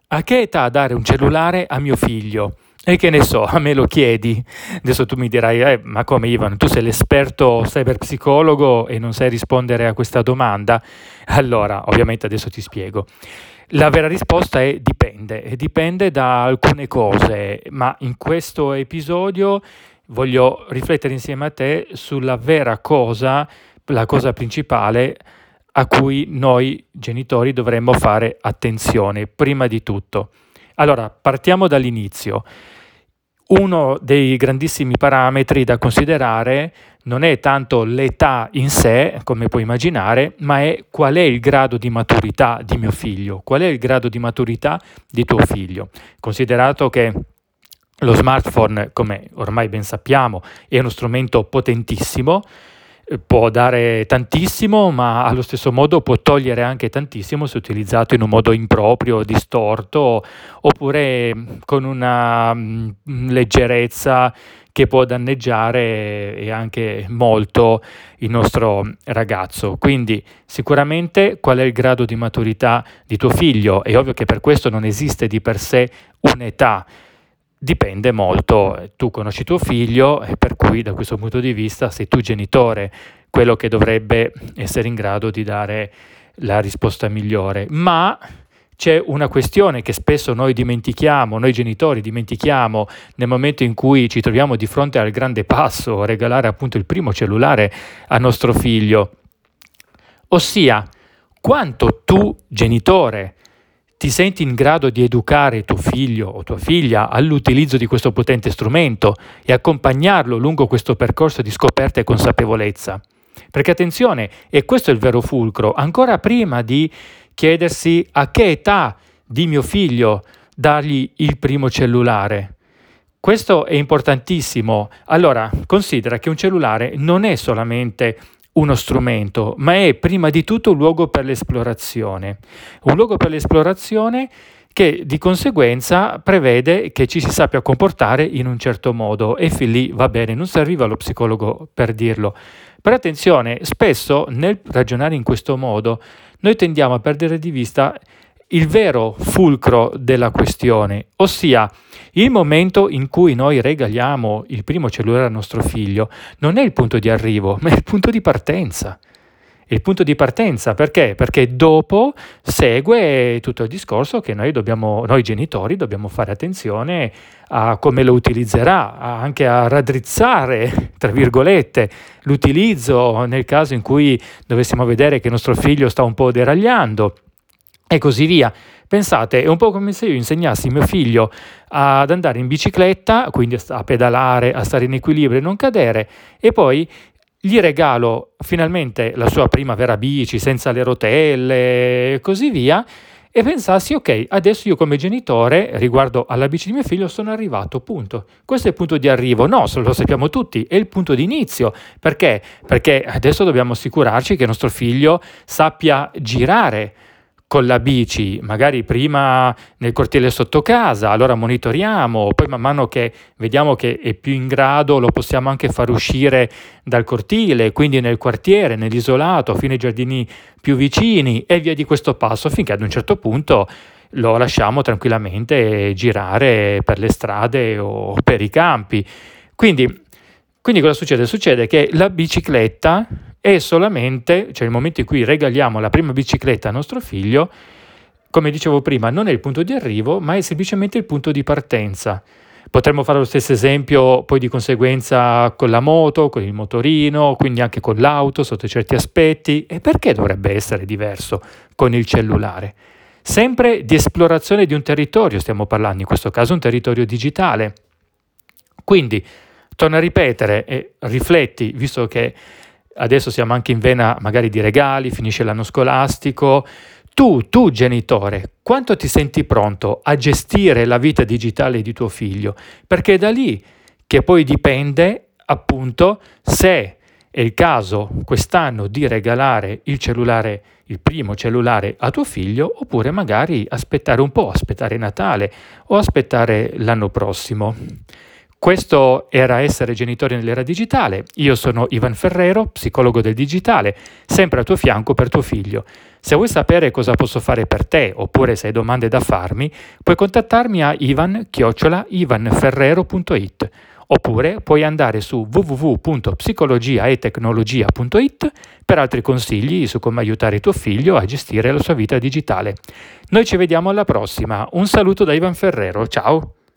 A che età dare un cellulare a mio figlio? E che ne so, a me lo chiedi. Adesso tu mi dirai, ma come Ivan, tu sei l'esperto cyberpsicologo e non sai rispondere a questa domanda? Allora, ovviamente adesso ti spiego. La vera risposta è dipende, e dipende da alcune cose, ma in questo episodio voglio riflettere insieme a te sulla vera cosa, la cosa principale a cui noi genitori dovremmo fare attenzione, prima di tutto. Allora, partiamo dall'inizio. Uno dei grandissimi parametri da considerare non è tanto l'età in sé, come puoi immaginare, ma è qual è il grado di maturità di mio figlio, qual è il grado di maturità di tuo figlio. Considerato che lo smartphone, come ormai ben sappiamo, è uno strumento potentissimo, può dare tantissimo, ma allo stesso modo può togliere anche tantissimo se utilizzato in un modo improprio, distorto, oppure con una leggerezza che può danneggiare e anche molto il nostro ragazzo. Quindi sicuramente qual è il grado di maturità di tuo figlio? È ovvio che per questo non esiste di per sé un'età. Dipende molto, tu conosci tuo figlio e per cui da questo punto di vista sei tu genitore quello che dovrebbe essere in grado di dare la risposta migliore. Ma c'è una questione che spesso noi dimentichiamo, noi genitori dimentichiamo nel momento in cui ci troviamo di fronte al grande passo, regalare appunto il primo cellulare a nostro figlio, ossia quanto tu genitore ti senti in grado di educare tuo figlio o tua figlia all'utilizzo di questo potente strumento e accompagnarlo lungo questo percorso di scoperta e consapevolezza. Perché attenzione, e questo è il vero fulcro, ancora prima di chiedersi a che età di mio figlio dargli il primo cellulare. Questo è importantissimo. Allora, considera che un cellulare non è solamente uno strumento, ma è prima di tutto un luogo per l'esplorazione. Un luogo per l'esplorazione che di conseguenza prevede che ci si sappia comportare in un certo modo e fin lì va bene, non serviva lo psicologo per dirlo. Però attenzione, spesso nel ragionare in questo modo noi tendiamo a perdere di vista il vero fulcro della questione, ossia il momento in cui noi regaliamo il primo cellulare al nostro figlio non è il punto di arrivo, ma è il punto di partenza. Il punto di partenza perché? Perché dopo segue tutto il discorso che noi genitori dobbiamo fare attenzione a come lo utilizzerà, anche a raddrizzare, tra virgolette, l'utilizzo nel caso in cui dovessimo vedere che il nostro figlio sta un po' deragliando e così via. Pensate, è un po' come se io insegnassi mio figlio ad andare in bicicletta, quindi a pedalare, a stare in equilibrio e non cadere, e poi gli regalo finalmente la sua prima vera bici senza le rotelle e così via, e pensassi, ok, adesso io come genitore riguardo alla bici di mio figlio sono arrivato, punto. Questo è il punto di arrivo, no, lo sappiamo tutti, è il punto di inizio. Perché? Perché adesso dobbiamo assicurarci che il nostro figlio sappia girare con la bici, magari prima nel cortile sotto casa, allora monitoriamo, poi man mano che vediamo che è più in grado lo possiamo anche far uscire dal cortile, quindi nel quartiere, nell'isolato, fino ai giardini più vicini e via di questo passo, finché ad un certo punto lo lasciamo tranquillamente girare per le strade o per i campi. Quindi cosa succede? Succede che la bicicletta è solamente, cioè il momento in cui regaliamo la prima bicicletta a nostro figlio, come dicevo prima, non è il punto di arrivo, ma è semplicemente il punto di partenza. Potremmo fare lo stesso esempio poi di conseguenza con la moto, con il motorino, quindi anche con l'auto sotto certi aspetti. E perché dovrebbe essere diverso con il cellulare? Sempre di esplorazione di un territorio stiamo parlando, in questo caso un territorio digitale. Quindi, torno a ripetere e rifletti, visto che adesso siamo anche in vena magari di regali, finisce l'anno scolastico, tu genitore, quanto ti senti pronto a gestire la vita digitale di tuo figlio? Perché è da lì che poi dipende appunto se è il caso quest'anno di regalare il cellulare, il primo cellulare a tuo figlio, oppure magari aspettare un po', aspettare Natale o aspettare l'anno prossimo. Questo era Essere genitori nell'era digitale. Io sono Ivan Ferrero, psicologo del digitale, sempre al tuo fianco per tuo figlio. Se vuoi sapere cosa posso fare per te oppure se hai domande da farmi, puoi contattarmi a ivan@ivanferrero.it oppure puoi andare su www.psicologiaetecnologia.it per altri consigli su come aiutare tuo figlio a gestire la sua vita digitale. Noi ci vediamo alla prossima. Un saluto da Ivan Ferrero, ciao!